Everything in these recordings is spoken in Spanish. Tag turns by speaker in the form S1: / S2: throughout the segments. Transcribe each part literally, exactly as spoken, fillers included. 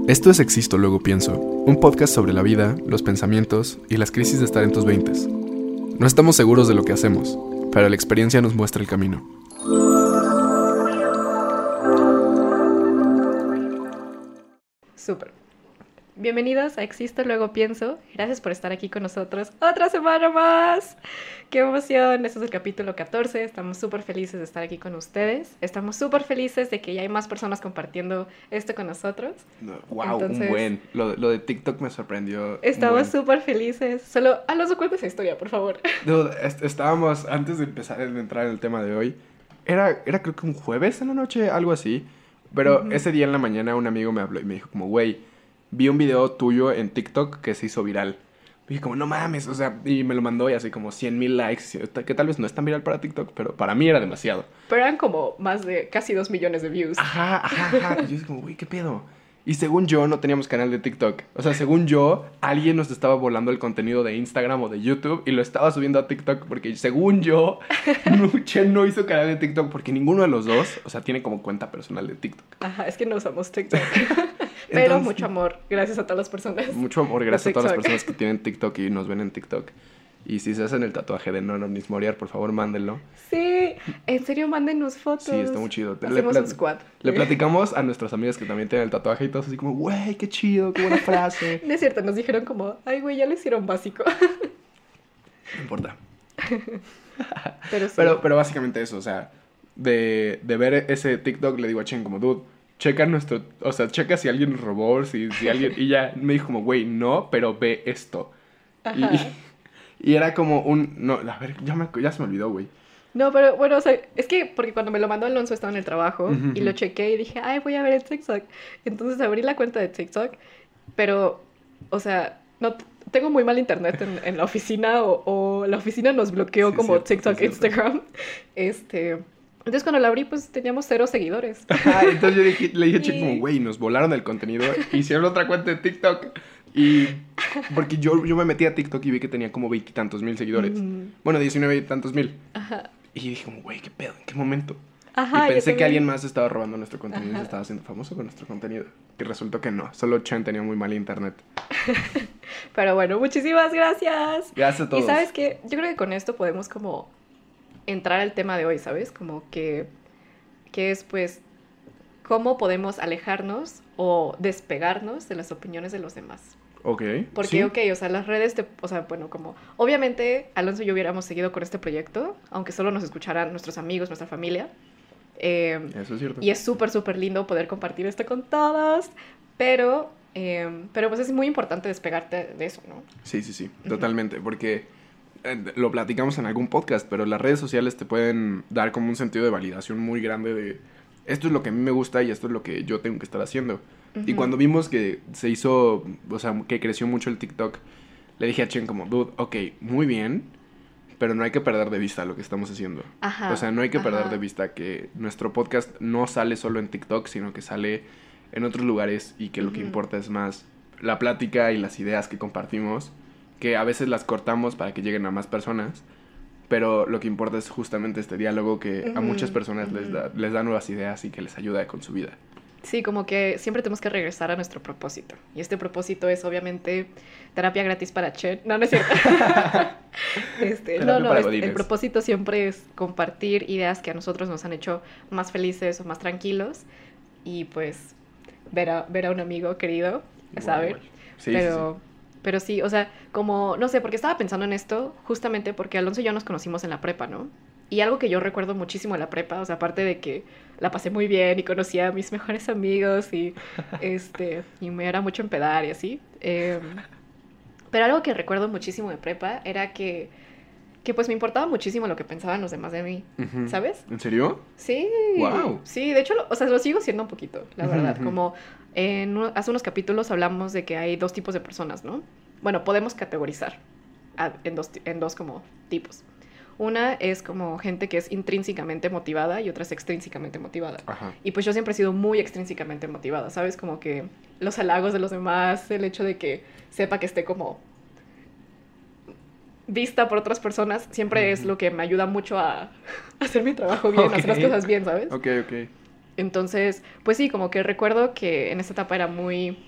S1: Esto es Existo, Luego Pienso, un podcast sobre la vida, los pensamientos y las crisis de estar en tus veintes. No estamos seguros de lo que hacemos, pero la experiencia nos muestra el camino.
S2: Súper. Bienvenidos a Existo, Luego Pienso. Gracias por estar aquí con nosotros otra semana más. ¡Qué emoción! Este es el capítulo catorce. Estamos súper felices de estar aquí con ustedes. Estamos súper felices de que ya hay más personas compartiendo esto con nosotros.
S1: No, wow, Entonces, un buen. Lo, lo de TikTok me sorprendió.
S2: Estamos súper felices. Solo, Alonso, cuenta esa historia, por favor.
S1: No, est- estábamos, antes de empezar a entrar en el tema de hoy, era, era creo que un jueves en la noche, algo así. Pero uh-huh. ese día en la mañana un amigo me habló y me dijo como, güey, vi un video tuyo en TikTok que se hizo viral. Y dije como, no mames, o sea, y me lo mandó y así como cien mil likes, que tal vez no es tan viral para TikTok, pero para mí era demasiado.
S2: Pero eran como más de casi dos millones de views.
S1: Ajá, ajá, ajá. Y yo dije como, güey, ¿qué pedo? Y según yo, no teníamos canal de TikTok. O sea, según yo, alguien nos estaba volando el contenido de Instagram o de YouTube y lo estaba subiendo a TikTok porque según yo, Chen no hizo canal de TikTok porque ninguno de los dos, o sea, tiene como cuenta personal de TikTok.
S2: Ajá, es que no usamos TikTok. Pero entonces, mucho amor, gracias a todas las personas.
S1: Mucho amor, gracias a todas las personas que tienen TikTok y nos ven en TikTok. Y si se hacen el tatuaje de No No Nis Moriar, por favor, mándenlo.
S2: Sí, en serio, mándenos fotos.
S1: Sí, está muy chido.
S2: Hacemos
S1: le plat-
S2: un squad.
S1: Le platicamos a nuestros amigos que también tienen el tatuaje y todos así como, güey, qué chido, qué buena frase.
S2: No es cierto, nos dijeron como, ay, güey, ya lo hicieron básico.
S1: No importa.
S2: Pero sí.
S1: Pero, pero básicamente eso, o sea, de, de ver ese TikTok le digo a Chen como, dude, checa nuestro, o sea, checa si alguien nos robó, si, si alguien, y ya me dijo como, güey, no, pero ve esto.
S2: Ajá.
S1: Y, y era como un, no, a ver, ya, me, ya se me olvidó, güey.
S2: No, pero bueno, o sea, es que porque cuando me lo mandó Alonso estaba en el trabajo
S1: uh-huh.
S2: y lo chequé y dije, ay, voy a ver el TikTok. Entonces abrí la cuenta de TikTok, pero, o sea, no tengo muy mal internet en, en la oficina o, o la oficina nos bloqueó
S1: sí,
S2: como
S1: cierto,
S2: TikTok,
S1: sí,
S2: Instagram. Este, entonces cuando la abrí, pues teníamos cero seguidores.
S1: Ajá, entonces yo dije, le dije a Che como, güey, nos volaron el contenido, hicieron otra cuenta de TikTok. Y porque yo, yo me metí a TikTok y vi que tenía como veintitantos mil seguidores. Mm. Bueno, diecinueve y tantos mil.
S2: Ajá.
S1: Y dije como, güey, ¿qué pedo? ¿En qué momento?
S2: Ajá,
S1: y pensé que alguien más estaba robando nuestro contenido. Ajá. Y se estaba haciendo famoso con nuestro contenido. Y resultó que no, solo Chen tenía muy mal internet.
S2: Pero bueno, muchísimas gracias.
S1: Gracias a todos.
S2: Y ¿sabes qué? Yo creo que con esto podemos como entrar al tema de hoy, ¿sabes? Como que, que es pues cómo podemos alejarnos o despegarnos de las opiniones de los demás.
S1: Ok.
S2: Porque,
S1: ¿sí?
S2: ok, o sea, las redes, te, o sea, bueno, como, obviamente, Alonso y yo hubiéramos seguido con este proyecto, aunque solo nos escucharan nuestros amigos, nuestra familia. Eh,
S1: Eso es cierto.
S2: Y es súper, súper lindo poder compartir esto con todos, pero, eh, pero pues es muy importante despegarte de eso, ¿no?
S1: Sí, sí, sí, uh-huh. Totalmente, porque eh, lo platicamos en algún podcast, pero las redes sociales te pueden dar como un sentido de validación muy grande de esto es lo que a mí me gusta y esto es lo que yo tengo que estar haciendo. Uh-huh. Y cuando vimos que se hizo, o sea, que creció mucho el TikTok, le dije a Chen como, dude, ok, muy bien, pero no hay que perder de vista lo que estamos haciendo.
S2: Ajá,
S1: o sea, no hay que
S2: ajá.
S1: perder de vista que nuestro podcast no sale solo en TikTok, sino que sale en otros lugares y que uh-huh. lo que importa es más la plática y las ideas que compartimos, que a veces las cortamos para que lleguen a más personas, pero lo que importa es justamente este diálogo que uh-huh. a muchas personas uh-huh. les da, les da nuevas ideas y que les ayuda con su vida.
S2: Sí, como que siempre tenemos que regresar a nuestro propósito. Y este propósito es, obviamente, terapia gratis para Chen. No, no es cierto. este, no, no, es, el propósito siempre es compartir ideas que a nosotros nos han hecho más felices o más tranquilos. Y, pues, ver a, ver a un amigo querido, ¿sabes?
S1: Bueno, sí,
S2: pero,
S1: sí, sí.
S2: pero sí, o sea, como, no sé, porque estaba pensando en esto justamente porque Alonso y yo nos conocimos en la prepa, ¿no? Y algo que yo recuerdo muchísimo de la prepa, o sea, aparte de que la pasé muy bien y conocí a mis mejores amigos y, este, y me era mucho empedar y así. Eh, pero algo que recuerdo muchísimo de prepa era que, que pues me importaba muchísimo lo que pensaban los demás de mí, uh-huh. ¿sabes?
S1: ¿En serio?
S2: Sí.
S1: Wow.
S2: Sí, de hecho, lo, o sea, lo sigo siendo un poquito, la
S1: uh-huh,
S2: verdad.
S1: uh-huh.
S2: Como en hace unos capítulos hablamos de que hay dos tipos de personas, ¿no? Bueno, podemos categorizar a, en, dos, en dos como tipos. Una es como gente que es intrínsecamente motivada y otra es extrínsecamente motivada.
S1: Ajá.
S2: Y pues yo siempre he sido muy extrínsecamente motivada, ¿sabes? Como que los halagos de los demás, el hecho de que sepa que esté como vista por otras personas, siempre uh-huh. es lo que me ayuda mucho a, a hacer mi trabajo bien, okay. a hacer las cosas bien, ¿sabes?
S1: Ok, ok.
S2: Entonces, pues sí, como que recuerdo que en esta etapa era muy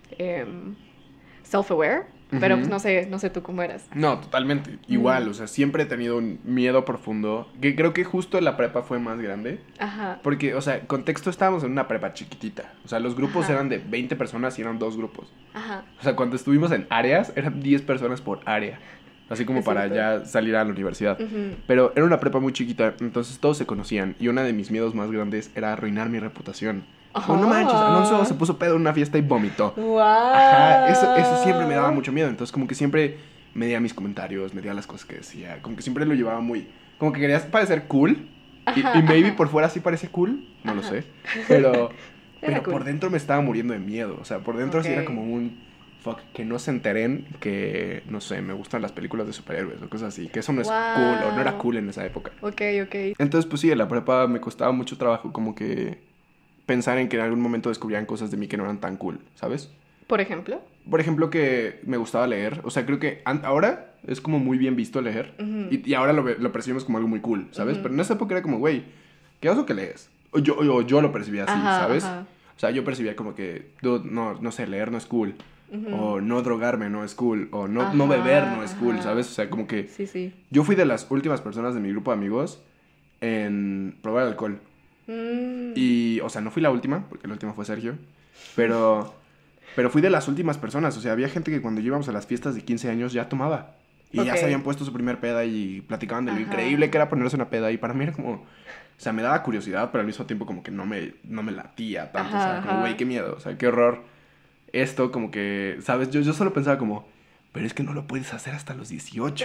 S2: em, self-aware, pero pues
S1: Ujú.
S2: no sé, no sé tú cómo eras.
S1: No, totalmente. Igual,
S2: Mm.
S1: o sea, siempre he tenido un miedo profundo. Que creo que justo en la prepa fue más grande.
S2: Ajá,
S1: Porque, o sea, contexto, estábamos en una prepa chiquitita. O sea, los grupos
S2: ajá,
S1: eran de veinte personas y eran dos grupos.
S2: ajá,
S1: O sea, cuando estuvimos en áreas, eran diez personas por área. Así como
S2: es
S1: para
S2: cierto.
S1: ya salir a la universidad.
S2: Ujú.
S1: Pero era una prepa muy chiquita, entonces todos se conocían. Y uno de mis miedos más grandes era arruinar mi reputación. Como, no manches, Alonso se puso pedo en una fiesta y vomitó.
S2: ¡Wow!
S1: Ajá, eso, eso siempre me daba mucho miedo. Entonces, como que siempre medía mis comentarios, medía las cosas que decía. Como que siempre lo llevaba muy. Como que querías parecer cool.
S2: Ajá,
S1: Y, y maybe
S2: ajá.
S1: por fuera sí parecía cool. No lo
S2: Ajá.
S1: sé. Pero,
S2: Era
S1: pero
S2: cool.
S1: por dentro me estaba muriendo de miedo. O sea, por dentro sí era
S2: Ok.
S1: como un. Fuck, que no se enteren que, no sé, me gustan las películas de superhéroes o cosas así. Que eso no es cool o no era
S2: Wow.
S1: cool en esa época.
S2: Ok, ok.
S1: Entonces, pues sí, en la prepa me costaba mucho trabajo como que pensar en que en algún momento descubrían cosas de mí que no eran tan cool, ¿sabes?
S2: Por ejemplo.
S1: Por ejemplo, que me gustaba leer. O sea, creo que an- ahora es como muy bien visto leer.
S2: Ujú.
S1: Y, y ahora lo, ve- lo percibimos como algo muy cool, ¿sabes?
S2: Ujú.
S1: Pero en esa época era como, güey, ¿qué oso que lees? O yo, o yo lo percibía así,
S2: Ajá,
S1: ¿sabes?
S2: ajá.
S1: O sea, yo percibía como que, dude, no, no sé, leer no es cool.
S2: Ujú.
S1: O no drogarme no es cool. O no, no beber
S2: Ajá,
S1: no es cool,
S2: ajá.
S1: ¿sabes? O sea, como que
S2: Sí, sí.
S1: yo fui de las últimas personas de mi grupo de amigos en probar alcohol.
S2: Mm.
S1: Y, o sea, no fui la última, porque la última fue Sergio. Pero, pero fui de las últimas personas. O sea, había gente que cuando íbamos a las fiestas de quince años ya tomaba. Y ya
S2: Ok.
S1: se habían puesto su primer peda y platicaban de lo
S2: Ajá.
S1: increíble que era ponerse una peda. Y para mí era como, o sea, me daba curiosidad, pero al mismo tiempo como que no me, no me latía tanto.
S2: Ajá,
S1: o sea, como,
S2: ajá.
S1: güey, qué miedo. O sea, qué horror. Esto como que, ¿sabes? Yo, yo solo pensaba como, pero es que no lo puedes hacer hasta los dieciocho.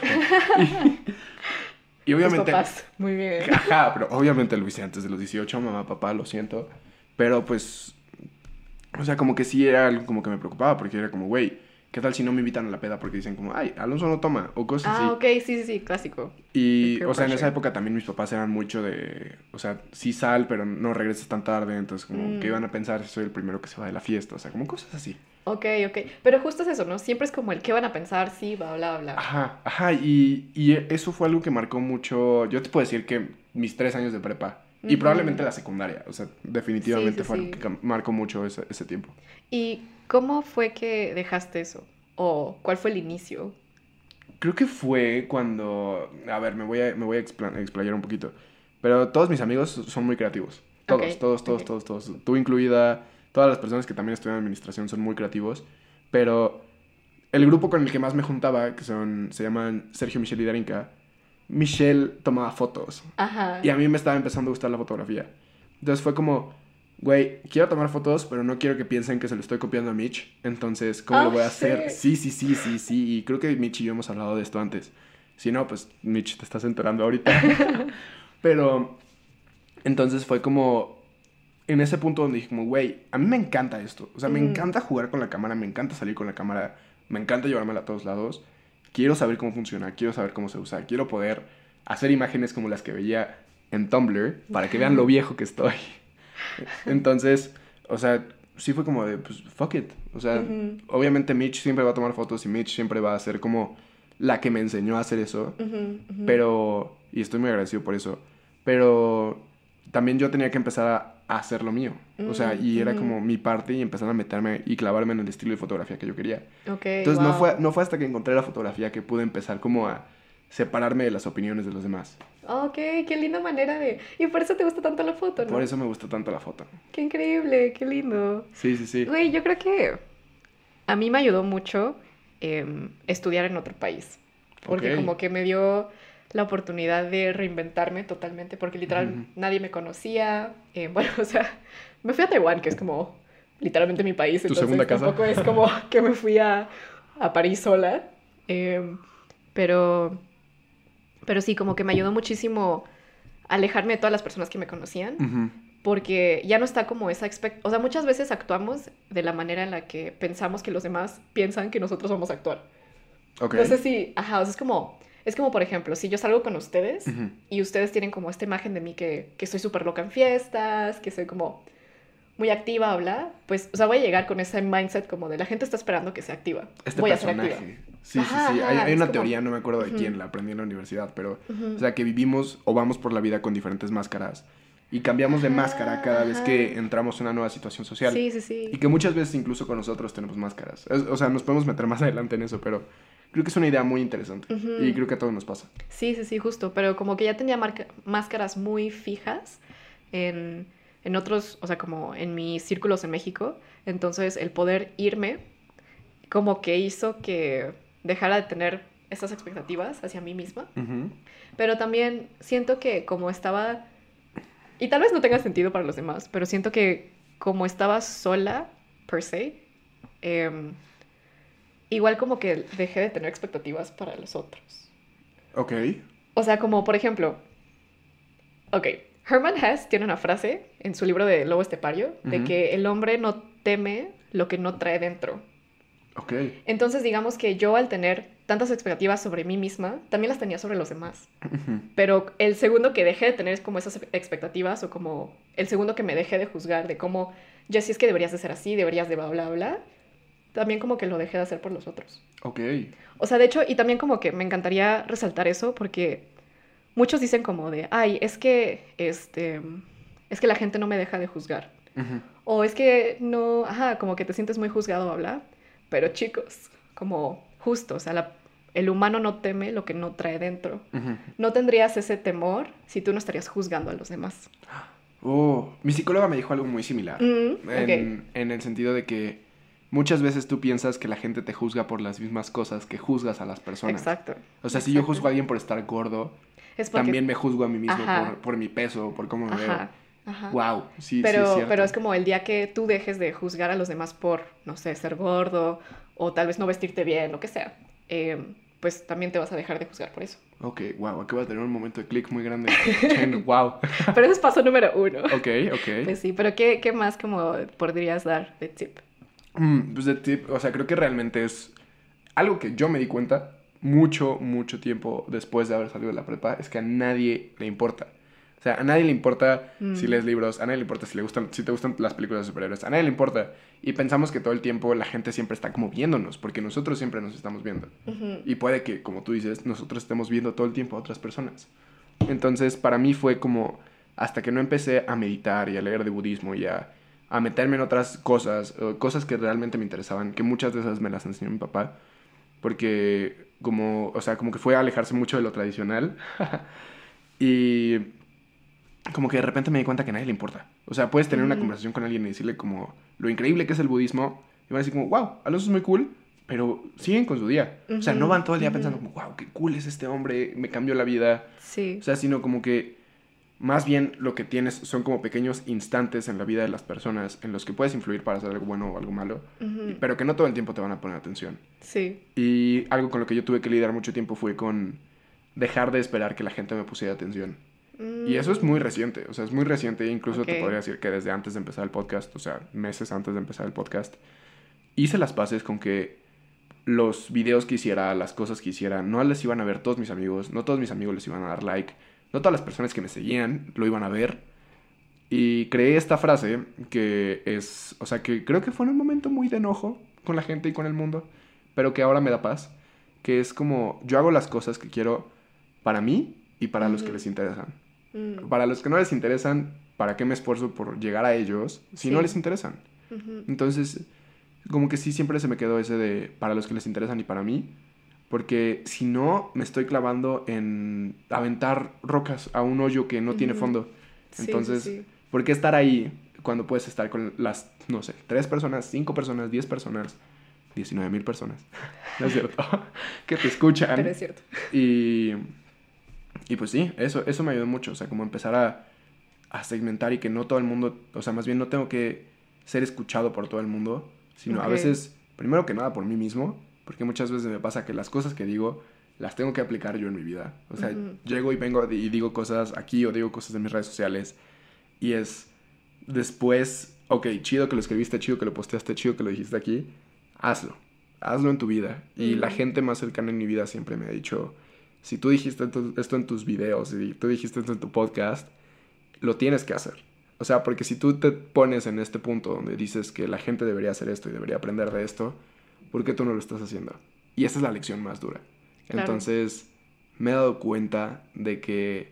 S1: Y, y
S2: Tus
S1: obviamente...
S2: papás. Muy bien.
S1: Ajá, pero obviamente lo hice antes de los dieciocho, mamá, papá, lo siento. Pero pues, o sea, como que sí era algo como que me preocupaba, porque era como, güey, ¿qué tal si no me invitan a la peda? Porque dicen como, ay, Alonso no toma, o cosas
S2: Ah,
S1: así.
S2: ok, sí, sí, sí, clásico.
S1: Y,
S2: Peer
S1: o sea, en esa
S2: pressure.
S1: época también mis papás eran mucho de, o sea, sí sal, pero no regresas tan tarde, entonces como,
S2: Mm.
S1: ¿qué iban a pensar si soy el primero que se va de la fiesta? O sea, como cosas así.
S2: Ok, ok. Pero justo es eso, ¿no? Siempre es como el qué van a pensar, sí, bla, bla, bla.
S1: Ajá, ajá, y, y eso fue algo que marcó mucho, yo te puedo decir que mis tres años de prepa, y
S2: Ujú.
S1: probablemente la secundaria, o sea, definitivamente
S2: Sí, sí,
S1: fue algo
S2: sí.
S1: que cam- marcó mucho ese, ese tiempo.
S2: ¿Y cómo fue que dejaste eso? ¿O cuál fue el inicio?
S1: Creo que fue cuando, a ver, me voy a, me voy a expla- explayar un poquito, pero todos mis amigos son muy creativos, todos,
S2: Ok,
S1: todos, todos,
S2: ok.
S1: todos, todos, tú incluida, todas las personas que también estudian administración son muy creativos, pero el grupo con el que más me juntaba, que son, se llaman Sergio, Michelle y Darinka, Michelle tomaba fotos.
S2: Ajá.
S1: Y a mí me estaba empezando a gustar la fotografía. Entonces fue como, güey, quiero tomar fotos, pero no quiero que piensen que se lo estoy copiando a Mitch. Entonces, ¿cómo
S2: Oh,
S1: lo voy a hacer?
S2: shit.
S1: Sí, sí, sí, sí, sí. Y creo que Mitch y yo hemos hablado de esto antes. Si no, pues, Mitch, te estás enterando ahorita. Pero, entonces fue como, en ese punto donde dije como, güey, a mí me encanta esto. O sea, me
S2: Ujú.
S1: encanta jugar con la cámara, me encanta salir con la cámara, me encanta llevármela a todos lados. Quiero saber cómo funciona, quiero saber cómo se usa, quiero poder hacer imágenes como las que veía en Tumblr para que vean lo viejo que estoy. Entonces, o sea, sí fue como de, pues, fuck it. O sea,
S2: Ujú.
S1: obviamente Mitch siempre va a tomar fotos y Mitch siempre va a ser como la que me enseñó a hacer eso.
S2: Ujú, ujú.
S1: Pero, y estoy muy agradecido por eso, pero también yo tenía que empezar a, a hacer lo mío. O sea, y era
S2: Ujú.
S1: como mi parte y empezar a meterme y clavarme en el estilo de fotografía que yo quería.
S2: Ok,
S1: Entonces no
S2: wow.
S1: fue, no fue hasta que encontré la fotografía que pude empezar como a separarme de las opiniones de los demás.
S2: Ok, qué linda manera de... Y por eso te gusta tanto la foto, ¿no?
S1: Por eso me gusta tanto la foto.
S2: Qué increíble, qué lindo.
S1: Sí, sí, sí.
S2: Güey, yo creo que a mí me ayudó mucho em, estudiar en otro país. Porque
S1: Ok.
S2: como que me dio la oportunidad de reinventarme totalmente. Porque literal
S1: Ujú.
S2: nadie me conocía. Eh, bueno, o sea, me fui a Taiwán, que es como literalmente mi país.
S1: ¿Tu
S2: Entonces
S1: segunda casa?
S2: tampoco es como que me fui a, a París sola. Em, pero, pero sí, como que me ayudó muchísimo a alejarme de todas las personas que me conocían.
S1: Ujú.
S2: Porque ya no está como esa expect... O sea, muchas veces actuamos de la manera en la que pensamos que los demás piensan que nosotros vamos a actuar.
S1: Ok.
S2: No sé si... Ajá, o sea, es como... Es como, por ejemplo, si yo salgo con ustedes
S1: Ujú.
S2: y ustedes tienen como esta imagen de mí que, que soy súper loca en fiestas, que soy como muy activa, habla, pues, o sea, voy a llegar con ese mindset como de la gente está esperando que sea activa.
S1: Este
S2: voy a ser
S1: personaje.
S2: activa.
S1: Sí,
S2: Ajá,
S1: sí, sí.
S2: ajá,
S1: Hay, hay
S2: es
S1: una
S2: como-
S1: teoría, no me acuerdo de
S2: Ujú.
S1: quién, la aprendí en la universidad, pero,
S2: Ujú.
S1: o sea, que vivimos o vamos por la vida con diferentes máscaras. y cambiamos de
S2: Ajá,
S1: máscara cada vez
S2: ajá.
S1: que entramos en una nueva situación social.
S2: Sí, sí, sí.
S1: Y que muchas veces incluso con nosotros tenemos máscaras. Es- o sea, nos podemos meter más adelante en eso, pero creo que es una idea muy interesante.
S2: Ujú.
S1: Y creo que a todos nos pasa.
S2: Sí, sí, sí, justo. Pero como que ya tenía marca- máscaras muy fijas en, en otros, o sea, como en mis círculos en México. Entonces, el poder irme como que hizo que dejara de tener esas expectativas hacia mí misma.
S1: Ujú.
S2: Pero también siento que como estaba, y tal vez no tenga sentido para los demás, pero siento que como estaba sola, per se, em, igual como que dejé de tener expectativas para los otros.
S1: Ok.
S2: O sea, como por ejemplo, ok, Herman Hesse tiene una frase en su libro de Lobo Estepario de
S1: Ujú.
S2: que el hombre no teme lo que no trae dentro.
S1: Ok.
S2: Entonces digamos que yo al tener tantas expectativas sobre mí misma, también las tenía sobre los demás.
S1: Ujú.
S2: Pero el segundo que dejé de tener como esas expectativas o como el segundo que me dejé de juzgar de cómo, Jessie, es que deberías de ser así, deberías de bla, bla, bla, también como que lo dejé de hacer por los otros.
S1: Ok.
S2: O sea, de hecho, y también como que me encantaría resaltar eso porque muchos dicen como de, ay, es que, este, es que la gente no me deja de juzgar.
S1: Ujú.
S2: O es que no, ajá, como que te sientes muy juzgado a hablar. Pero chicos, como justo, o sea, la- el humano no teme lo que no trae dentro.
S1: Ujú.
S2: No tendrías ese temor si tú no estarías juzgando a los demás.
S1: Oh, mi psicóloga me dijo algo muy similar.
S2: Mm,
S1: en,
S2: ok.
S1: en el sentido de que muchas veces tú piensas que la gente te juzga por las mismas cosas que juzgas a las personas.
S2: Exacto.
S1: O sea, si yo
S2: exacto.
S1: juzgo a alguien por estar gordo,
S2: Es porque...
S1: también me juzgo a mí mismo
S2: Ajá.
S1: por, por mi peso, por cómo me
S2: Ajá, ajá.
S1: veo. Wow, sí,
S2: pero,
S1: sí es cierto.
S2: pero es como el día que tú dejes de juzgar a los demás por, no sé, ser gordo o tal vez no vestirte bien, lo que sea, eh, pues también te vas a dejar de juzgar por eso.
S1: Ok, wow, acabo de tener un momento de clic muy grande. Chen, wow.
S2: Pero ese es paso número uno.
S1: Ok, ok.
S2: Pues sí, pero ¿qué, qué más como podrías dar de tip?
S1: Mm, pues de tip, o sea, creo que realmente es algo que yo me di cuenta mucho, mucho tiempo después de haber salido de la prepa, es que a nadie le importa. O sea, a nadie le importa
S2: Mm.
S1: si lees libros, a nadie le importa si, le gustan, si te gustan las películas de superhéroes, a nadie le importa. Y pensamos que todo el tiempo la gente siempre está como viéndonos, porque nosotros siempre nos estamos viendo.
S2: Ujú.
S1: Y puede que, como tú dices, nosotros estemos viendo todo el tiempo a otras personas. Entonces, para mí fue como, hasta que no empecé a meditar y a leer de budismo y a, a meterme en otras cosas, eh, cosas que realmente me interesaban, que muchas de esas me las enseñó mi papá, porque como, o sea, como que fue a alejarse mucho de lo tradicional. Y como que de repente me di cuenta que a nadie le importa. O sea, puedes tener una
S2: Ujú.
S1: conversación con alguien y decirle como lo increíble que es el budismo, y van a decir como, wow, a los es muy cool, pero siguen con su día. O sea, no
S2: Ujú,
S1: van todo el día
S2: ujú.
S1: pensando como, wow, qué cool es este hombre, me cambió la vida.
S2: Sí.
S1: O sea, sino como que más bien lo que tienes son como pequeños instantes en la vida de las personas en los que puedes influir para hacer algo bueno o algo malo,
S2: Ujú.
S1: pero que no todo el tiempo te van a poner atención.
S2: Sí.
S1: Y algo con lo que yo tuve que lidiar mucho tiempo fue con dejar de esperar que la gente me pusiera atención. Y eso es muy reciente, o sea, es muy reciente, incluso
S2: Ok.
S1: te podría decir que desde antes de empezar el podcast, o sea, meses antes de empezar el podcast, hice las paces con que los videos que hiciera, las cosas que hiciera, no les iban a ver todos mis amigos, no todos mis amigos les iban a dar like, no todas las personas que me seguían lo iban a ver. Y creé esta frase que es, o sea, que creo que fue en un momento muy de enojo con la gente y con el mundo, pero que ahora me da paz, que es como, yo hago las cosas que quiero para mí y para los que
S2: Ujú.
S1: les interesan.
S2: Mm.
S1: Para los que no les interesan, ¿para qué me esfuerzo por llegar a ellos si no
S2: Sí.
S1: les interesan?
S2: Ujú.
S1: Entonces, como que sí siempre se me quedó ese de para los que les interesan y para mí, porque si no, me estoy clavando en aventar rocas a un hoyo que no tiene
S2: Ujú.
S1: fondo.
S2: Sí,
S1: Entonces,
S2: sí, sí.
S1: ¿por qué estar ahí cuando puedes estar con las, no sé, tres personas, cinco personas, diez personas, diecinueve mil personas? ¿No es cierto? Que te escuchan.
S2: Pero es cierto.
S1: Y, y pues sí, eso, eso me ayudó mucho. O sea, como empezar a, a segmentar y que no todo el mundo, o sea, más bien no tengo que ser escuchado por todo el mundo, sino a
S2: Ok.
S1: veces, primero que nada, por mí mismo, porque muchas veces me pasa que las cosas que digo las tengo que aplicar yo en mi vida. O sea,
S2: Ujú.
S1: llego y vengo y digo cosas aquí o digo cosas en mis redes sociales y es después, ok, chido que lo escribiste, chido que lo posteaste, chido que lo dijiste aquí, hazlo, hazlo en tu vida. Y
S2: Mm.
S1: la gente más cercana en mi vida siempre me ha dicho, si tú dijiste esto, esto en tus videos, si tú dijiste esto en tu podcast, lo tienes que hacer. O sea, porque si tú te pones en este punto donde dices que la gente debería hacer esto y debería aprender de esto, ¿por qué tú no lo estás haciendo? Y esa es la lección más dura.
S2: Claro.
S1: Entonces, me he dado cuenta de que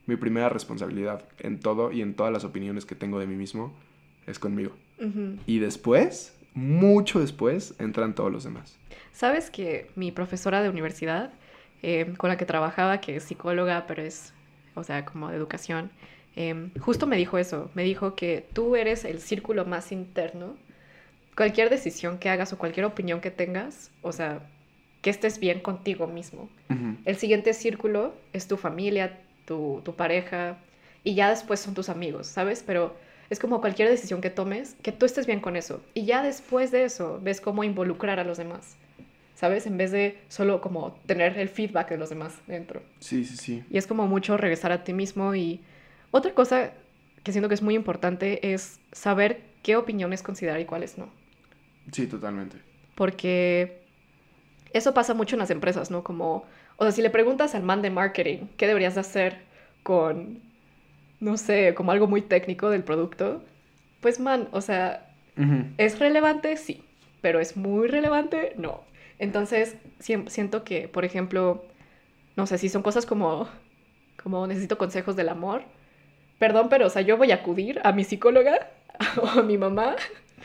S1: mi primera responsabilidad en todo y en todas las opiniones que tengo de mí mismo es conmigo.
S2: Ujú.
S1: Y después, mucho después, entran todos los demás.
S2: ¿Sabes que mi profesora de universidad, eh, con la que trabajaba, que es psicóloga, pero es, o sea, como de educación, eh, justo me dijo eso, me dijo que tú eres el círculo más interno. Cualquier decisión que hagas o cualquier opinión que tengas, o sea, que estés bien contigo mismo.
S1: Ujú.
S2: El siguiente círculo es tu familia, tu, tu pareja, y ya después son tus amigos, ¿sabes? Pero es como cualquier decisión que tomes, que tú estés bien con eso. Y ya después de eso, ves cómo involucrar a los demás, ¿sabes? En vez de solo como tener el feedback de los demás dentro.
S1: Sí, sí, sí.
S2: Y es como mucho regresar a ti mismo. Y otra cosa que siento que es muy importante es saber qué opiniones considerar y cuáles no.
S1: Sí, totalmente.
S2: Porque eso pasa mucho en las empresas, ¿no? Como, o sea, si le preguntas al man de marketing qué deberías de hacer con, no sé, como algo muy técnico del producto, pues man, o sea,
S1: Ujú.
S2: ¿es relevante? Sí, pero ¿es muy relevante? No. Entonces, siem- siento que, por ejemplo, no sé, si son cosas como, como necesito consejos del amor, perdón, pero, o sea, yo voy a acudir a mi psicóloga o a mi mamá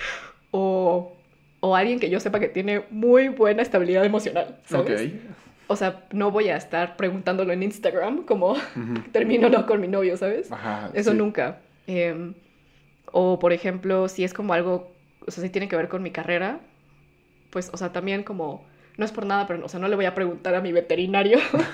S2: o, o alguien que yo sepa que tiene muy buena estabilidad emocional, ¿sabes?
S1: Ok.
S2: O sea, no voy a estar preguntándolo en Instagram como
S1: Ujú.
S2: termino no con mi novio, ¿sabes?
S1: Ajá,
S2: Eso
S1: sí.
S2: nunca. Em, o, por ejemplo, si es como algo, o sea, si tiene que ver con mi carrera, pues, o sea, también como, no es por nada, pero, o sea, no le voy a preguntar a mi veterinario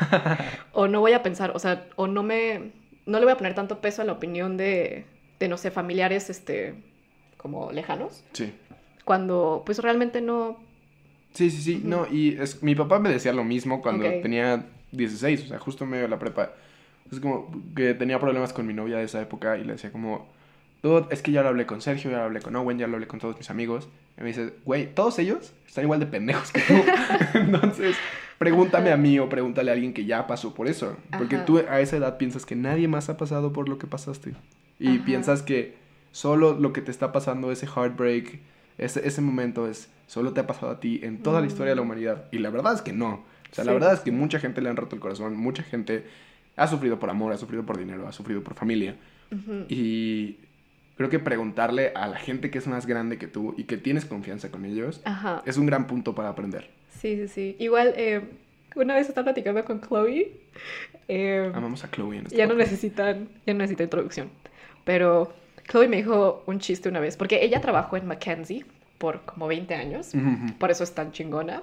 S2: o no voy a pensar, o sea, o no me, no le voy a poner tanto peso a la opinión de, de no sé, familiares, este, como lejanos,
S1: Sí.
S2: cuando, pues, realmente no.
S1: Sí, sí, sí.
S2: Ujú.
S1: No, y es, mi papá me decía lo mismo cuando
S2: Ok.
S1: tenía dieciséis, o sea, justo en medio de la prepa. Es como que tenía problemas con mi novia de esa época y le decía como, "Dude, es que ya lo hablé con Sergio, ya lo hablé con Owen, ya lo hablé con todos mis amigos." Y me dice, güey, todos ellos están igual de pendejos que tú. Entonces, pregúntame
S2: Ajá.
S1: a mí o pregúntale a alguien que ya pasó por eso. Porque
S2: Ajá.
S1: tú a esa edad piensas que nadie más ha pasado por lo que pasaste. Y
S2: Ajá.
S1: piensas que solo lo que te está pasando, ese heartbreak, ese, ese momento es, solo te ha pasado a ti en toda la historia de la
S2: Mm.
S1: humanidad. Y la verdad es que no. O sea, la
S2: Sí,
S1: verdad
S2: sí,
S1: es que
S2: sí.
S1: mucha gente le han roto el corazón, mucha gente ha sufrido por amor, ha sufrido por dinero, ha sufrido por familia.
S2: Ujú.
S1: Y creo que preguntarle a la gente que es más grande que tú y que tienes confianza con ellos
S2: Ajá.
S1: es un gran punto para aprender.
S2: Sí, sí, sí. Igual, eh, una vez estaba platicando con Chloe. eh,
S1: Amamos a Chloe en este
S2: ya no
S1: podcast.
S2: necesitan, ya no necesita introducción. Pero Chloe me dijo un chiste una vez, porque ella trabajó en McKinsey por como veinte años,
S1: Ujú, ujú.
S2: por eso es tan chingona.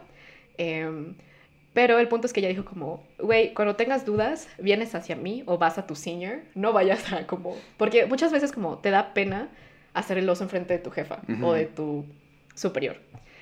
S2: Em, pero el punto es que ella dijo como, güey, cuando tengas dudas, vienes hacia mí o vas a tu senior, no vayas a como. Porque muchas veces como te da pena hacer el oso enfrente de tu jefa
S1: Ujú.
S2: o de tu superior.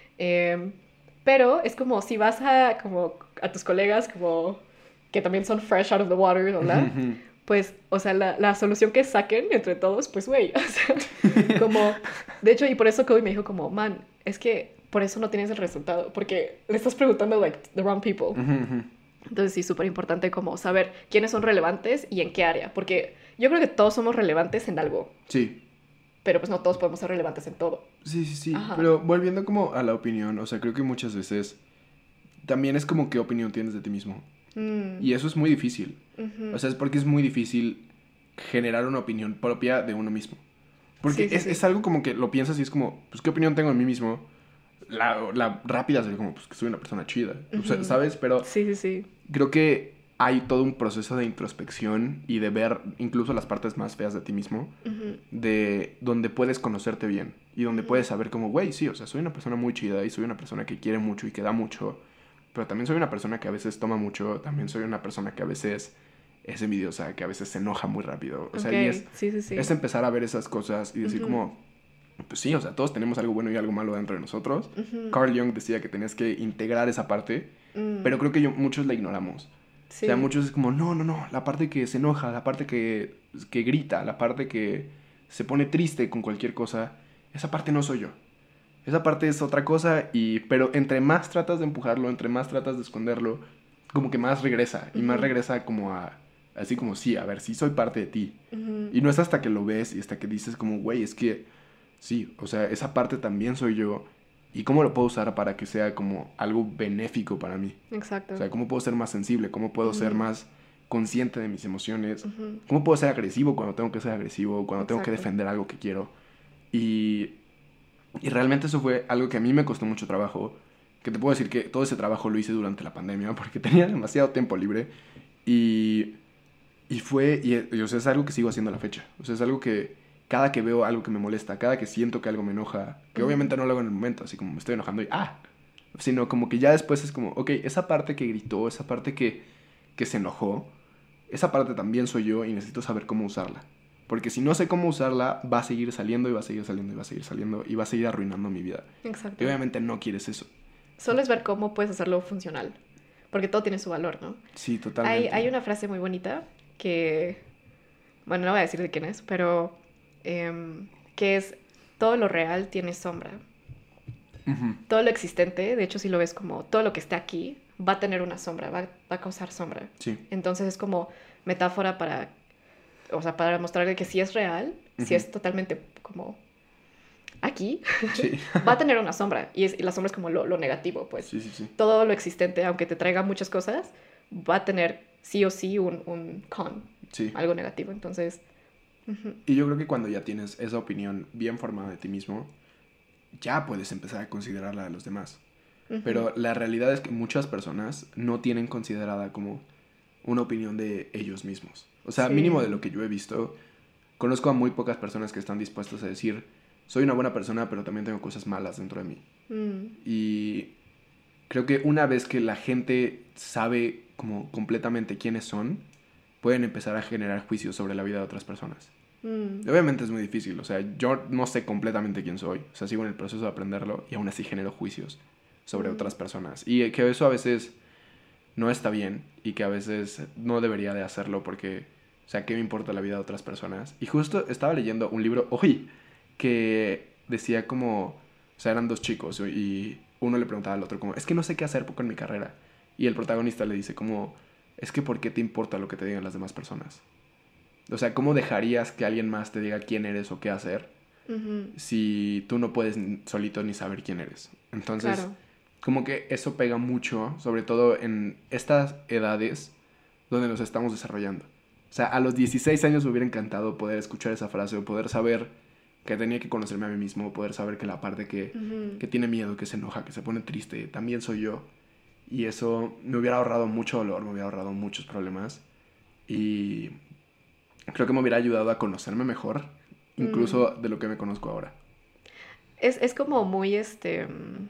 S2: Em, pero es como si vas a como a tus colegas como que también son fresh out of the water, ¿verdad?
S1: Ujú, ujú.
S2: Pues, o sea, la, la solución que saquen entre todos, pues, güey, o sea, como, de hecho, y por eso Cody me dijo como, man, es que por eso no tienes el resultado, porque le estás preguntando, like, the wrong people.
S1: Ujú, ujú.
S2: Entonces, sí, súper importante como saber quiénes son relevantes y en qué área, porque yo creo que todos somos relevantes en algo,
S1: Sí,
S2: pero pues no todos podemos ser relevantes en todo.
S1: sí, sí, sí.
S2: Ajá.
S1: Pero volviendo como a la opinión, o sea, creo que muchas veces también es como qué opinión tienes de ti mismo.
S2: Mm.
S1: Y eso es muy difícil.
S2: Ujú.
S1: O sea, es porque es muy difícil generar una opinión propia de uno mismo. Porque
S2: Sí, sí,
S1: es,
S2: sí.
S1: es algo como que lo piensas y es como, pues, ¿qué opinión tengo de mí mismo? La, la rápida sería como, pues, que soy una persona chida. O sea,
S2: Ujú.
S1: ¿sabes? Pero
S2: Sí, sí, sí.
S1: creo que hay todo un proceso de introspección y de ver incluso las partes más feas de ti mismo,
S2: Ujú.
S1: de donde puedes conocerte bien y donde
S2: Ujú.
S1: puedes saber como, güey, sí, o sea, soy una persona muy chida y soy una persona que quiere mucho y que da mucho, pero también soy una persona que a veces toma mucho, también soy una persona que a veces es envidiosa, que a veces se enoja muy rápido. O sea,
S2: Ok,
S1: y es,
S2: sí, sí, sí.
S1: es empezar a ver esas cosas y decir
S2: Ujú.
S1: como, pues sí, o sea, todos tenemos algo bueno y algo malo dentro de nosotros.
S2: Ujú.
S1: Carl Jung decía que tenías que integrar esa parte,
S2: Mm.
S1: pero creo que yo, muchos la ignoramos.
S2: Sí.
S1: O sea, muchos es como, no, no, no, la parte que se enoja, la parte que, que grita, la parte que se pone triste con cualquier cosa, esa parte no soy yo. Esa parte es otra cosa, y, pero entre más tratas de empujarlo, entre más tratas de esconderlo, como que más regresa, y más
S2: Ujú.
S1: regresa como a, así como, sí, a ver, sí soy parte de ti.
S2: Ujú.
S1: Y no es hasta que lo ves y hasta que dices como, güey, es que, sí, o sea, esa parte también soy yo, y cómo lo puedo usar para que sea como algo benéfico para mí.
S2: Exacto.
S1: O sea, cómo puedo ser más sensible, cómo puedo ser
S2: Ujú.
S1: más consciente de mis emociones.
S2: Uh-huh.
S1: ¿Cómo puedo ser agresivo cuando tengo que ser agresivo? Cuando tengo que
S2: Exacto.
S1: defender algo que quiero. Y, y realmente eso fue algo que a mí me costó mucho trabajo. Que te puedo decir que todo ese trabajo lo hice durante la pandemia porque tenía demasiado tiempo libre. Y, y fue, y, y, o sea, es algo que sigo haciendo a la fecha. O sea, es algo que cada que veo algo que me molesta, cada que siento que algo me enoja, que
S2: Uh-huh.
S1: obviamente no lo hago en el momento, así como me estoy enojando y ¡ah! Sino como que ya después es como, ok, esa parte que gritó, esa parte que, que se enojó, esa parte también soy yo y necesito saber cómo usarla. Porque si no sé cómo usarla, va a seguir saliendo y va a seguir saliendo y va a seguir saliendo y va a seguir arruinando mi vida.
S2: Exacto.
S1: Y obviamente no quieres eso.
S2: Solo es ver cómo puedes hacerlo funcional. Porque todo tiene su valor, ¿no?
S1: Sí, totalmente.
S2: Hay, hay una frase muy bonita que... Bueno, no voy a decir de quién es, pero... Eh, que es... Todo lo real tiene sombra.
S1: Uh-huh.
S2: Todo lo existente, de hecho si lo ves como... Todo lo que está aquí va a tener una sombra, va, va a causar sombra.
S1: Sí.
S2: Entonces es como metáfora para... O sea, para mostrarle que si es real,
S1: Uh-huh.
S2: si es totalmente como... Aquí,
S1: Sí.
S2: va a tener una sombra. Y, es, y la sombra es como lo, lo negativo, pues.
S1: Sí, sí, sí.
S2: Todo lo existente, aunque te traiga muchas cosas, va a tener sí o sí un, un con,
S1: Sí.
S2: algo negativo. Entonces, uh-huh.
S1: Y yo creo que cuando ya tienes esa opinión bien formada de ti mismo, ya puedes empezar a considerar la de los demás.
S2: Uh-huh.
S1: Pero la realidad es que muchas personas no tienen considerada como una opinión de ellos mismos. O sea,
S2: Sí.
S1: mínimo de lo que yo he visto, conozco a muy pocas personas que están dispuestas a decir, soy una buena persona, pero también tengo cosas malas dentro de mí.
S2: Mm.
S1: Y creo que una vez que la gente sabe como completamente quiénes son, pueden empezar a generar juicios sobre la vida de otras personas.
S2: Mm.
S1: Obviamente es muy difícil, o sea, yo no sé completamente quién soy, o sea, sigo en el proceso de aprenderlo y aún así genero juicios sobre
S2: Mm.
S1: otras personas. Y que eso a veces no está bien y que a veces no debería de hacerlo porque, o sea, ¿qué me importa la vida de otras personas? Y justo estaba leyendo un libro hoy que decía como, o sea, eran dos chicos y uno le preguntaba al otro como, es que no sé qué hacer con mi carrera. Y el protagonista le dice como, es que ¿por qué te importa lo que te digan las demás personas? O sea, ¿cómo dejarías que alguien más te diga quién eres o qué hacer
S2: Uh-huh.
S1: si tú no puedes solito ni saber quién eres? Entonces,
S2: Claro.
S1: como que eso pega mucho, sobre todo en estas edades donde nos estamos desarrollando. O sea, a los dieciséis años me hubiera encantado poder escuchar esa frase o poder saber que tenía que conocerme a mí mismo, poder saber que la parte que,
S2: Uh-huh.
S1: que tiene miedo, que se enoja, que se pone triste, también soy yo. Y eso me hubiera ahorrado mucho dolor, me hubiera ahorrado muchos problemas. Y creo que me hubiera ayudado a conocerme mejor, incluso
S2: Mm.
S1: de lo que me conozco ahora.
S2: Es, es como muy, este...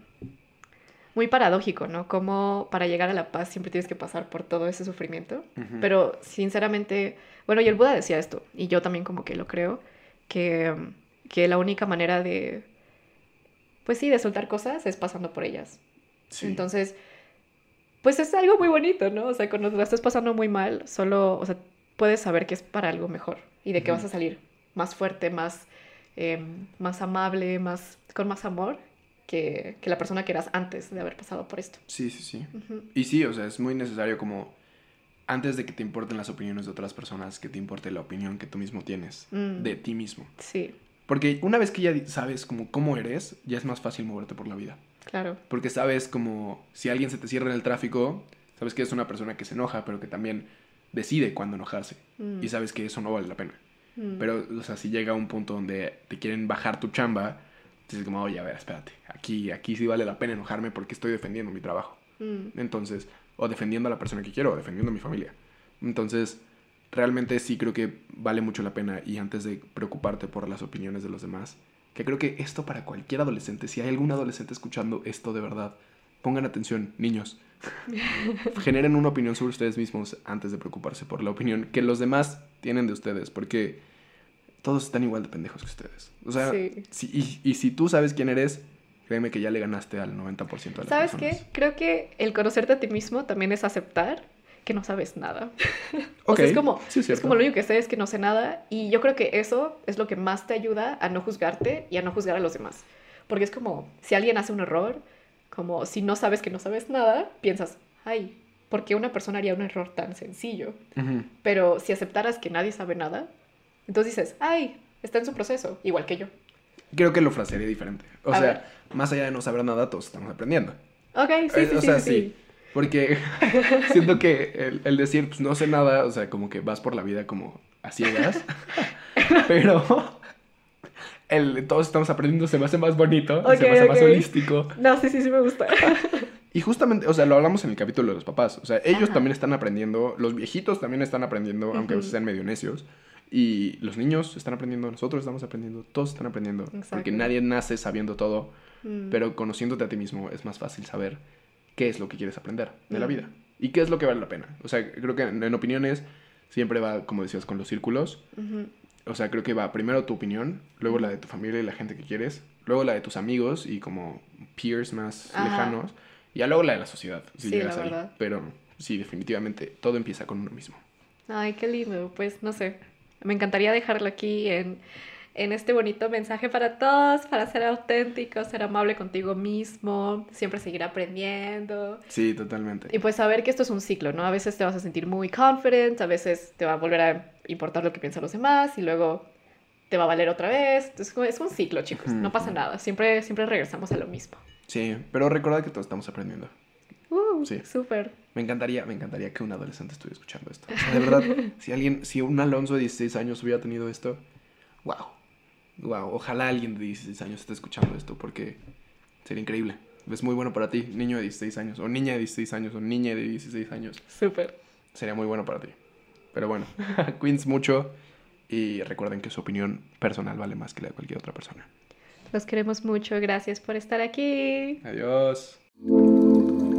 S2: muy paradójico, ¿no? Como para llegar a la paz siempre tienes que pasar por todo ese sufrimiento.
S1: Uh-huh.
S2: Pero, sinceramente... Bueno, y el Buda decía esto, y yo también como que lo creo, que, que la única manera de... Pues sí, de soltar cosas es pasando por ellas.
S1: Sí.
S2: Entonces, pues es algo muy bonito, ¿no? O sea, cuando la estás pasando muy mal, solo, o sea, puedes saber que es para algo mejor y de que
S1: Ujú.
S2: vas a salir más fuerte, más, eh, más amable, más, con más amor que, que la persona que eras antes de haber pasado por esto.
S1: Sí, sí, sí.
S2: Ujú.
S1: Y sí, o sea, es muy necesario como, antes de que te importen las opiniones de otras personas, que te importe la opinión que tú mismo tienes
S2: Mm.
S1: de ti mismo.
S2: Sí,
S1: Porque una vez que ya sabes como cómo eres, ya es más fácil moverte por la vida.
S2: claro.
S1: Porque sabes como, si alguien se te cierra en el tráfico, sabes que es una persona que se enoja, pero que también decide cuándo enojarse.
S2: Mm.
S1: Y sabes que eso no vale la pena.
S2: Mm.
S1: Pero, o sea, si llega un punto donde te quieren bajar tu chamba, dices como, oye, a ver, espérate, aquí, aquí sí vale la pena enojarme porque estoy defendiendo mi trabajo.
S2: Mm.
S1: Entonces, o defendiendo a la persona que quiero, o defendiendo a mi familia. Entonces, realmente sí creo que vale mucho la pena, y antes de preocuparte por las opiniones de los demás, que creo que esto para cualquier adolescente, si hay algún adolescente escuchando esto de verdad, pongan atención, niños. Generen una opinión sobre ustedes mismos antes de preocuparse por la opinión que los demás tienen de ustedes, porque todos están igual de pendejos que ustedes. O sea,
S2: Sí.
S1: si, y, y si tú sabes quién eres, créeme que ya le ganaste al noventa por ciento de las
S2: ¿Sabes
S1: personas.
S2: qué? Creo que el conocerte a ti mismo también es aceptar que no sabes nada. O
S1: Ok,
S2: sea, es como,
S1: sí, es
S2: es
S1: cierto.
S2: como lo único que sé es que no sé nada. Y yo creo que eso es lo que más te ayuda a no juzgarte y a no juzgar a los demás. Porque es como, si alguien hace un error, como si no sabes que no sabes nada, piensas, ay, ¿por qué una persona haría un error tan sencillo?
S1: Ujú.
S2: Pero si aceptaras que nadie sabe nada, entonces dices, ay, está en su proceso, igual que yo.
S1: Creo que lo frasearía diferente. O
S2: A
S1: sea,
S2: ver.
S1: más allá de no saber nada, todos estamos aprendiendo.
S2: Ok, sí,
S1: Eh,
S2: sí,
S1: o
S2: sí,
S1: sea,
S2: sí, sí.
S1: Porque siento que el, el decir, pues no sé nada, o sea, como que vas por la vida como a ciegas. Pero el todos estamos aprendiendo se me hace más bonito,
S2: Ok,
S1: se me hace
S2: ok.
S1: más holístico.
S2: No, sí, sí, sí me gusta.
S1: Y justamente, o sea, lo hablamos en el capítulo de los papás. O sea, ellos
S2: Ajá.
S1: también están aprendiendo, los viejitos también están aprendiendo, aunque a veces
S2: Ujú.
S1: sean medio necios. Y los niños están aprendiendo, nosotros estamos aprendiendo, todos están aprendiendo.
S2: Exacto.
S1: Porque nadie nace sabiendo todo,
S2: Mm.
S1: pero conociéndote a ti mismo es más fácil saber qué es lo que quieres aprender de la
S2: Mm.
S1: vida. Y qué es lo que vale la pena. O sea, creo que en, en opiniones siempre va, como decías, con los círculos.
S2: Ujú.
S1: O sea, creo que va primero tu opinión, luego la de tu familia y la gente que quieres, luego la de tus amigos y como peers más
S2: Ajá.
S1: lejanos, y ya luego la de la sociedad, si
S2: Sí,
S1: llegas
S2: la
S1: ahí.
S2: verdad.
S1: Pero sí, definitivamente, todo empieza con uno mismo.
S2: Ay, qué lindo. Pues no sé. Me encantaría dejarlo aquí en, en este bonito mensaje para todos, para ser auténtico, ser amable contigo mismo, siempre seguir aprendiendo.
S1: Sí, totalmente.
S2: Y pues saber que esto es un ciclo, ¿no? A veces te vas a sentir muy confident, a veces te va a volver a importar lo que piensan los demás y luego te va a valer otra vez. Entonces, como- es un ciclo, chicos. No pasa nada. Siempre, siempre regresamos a lo mismo.
S1: Sí, pero recordad que todos estamos aprendiendo.
S2: Uh,
S1: Sí.
S2: súper.
S1: Me encantaría, me encantaría que un adolescente estuviera escuchando esto. O sea, de verdad, si alguien, si un Alonso de dieciséis años hubiera tenido esto, wow. Wow, ojalá alguien de dieciséis años esté escuchando esto porque sería increíble. Es muy bueno para ti, niño de dieciséis años, o niña de dieciséis años, o niña de dieciséis años.
S2: Súper.
S1: Sería muy bueno para ti. Pero bueno, cuídense mucho y recuerden que su opinión personal vale más que la de cualquier otra persona.
S2: Los queremos mucho. Gracias por estar aquí.
S1: Adiós.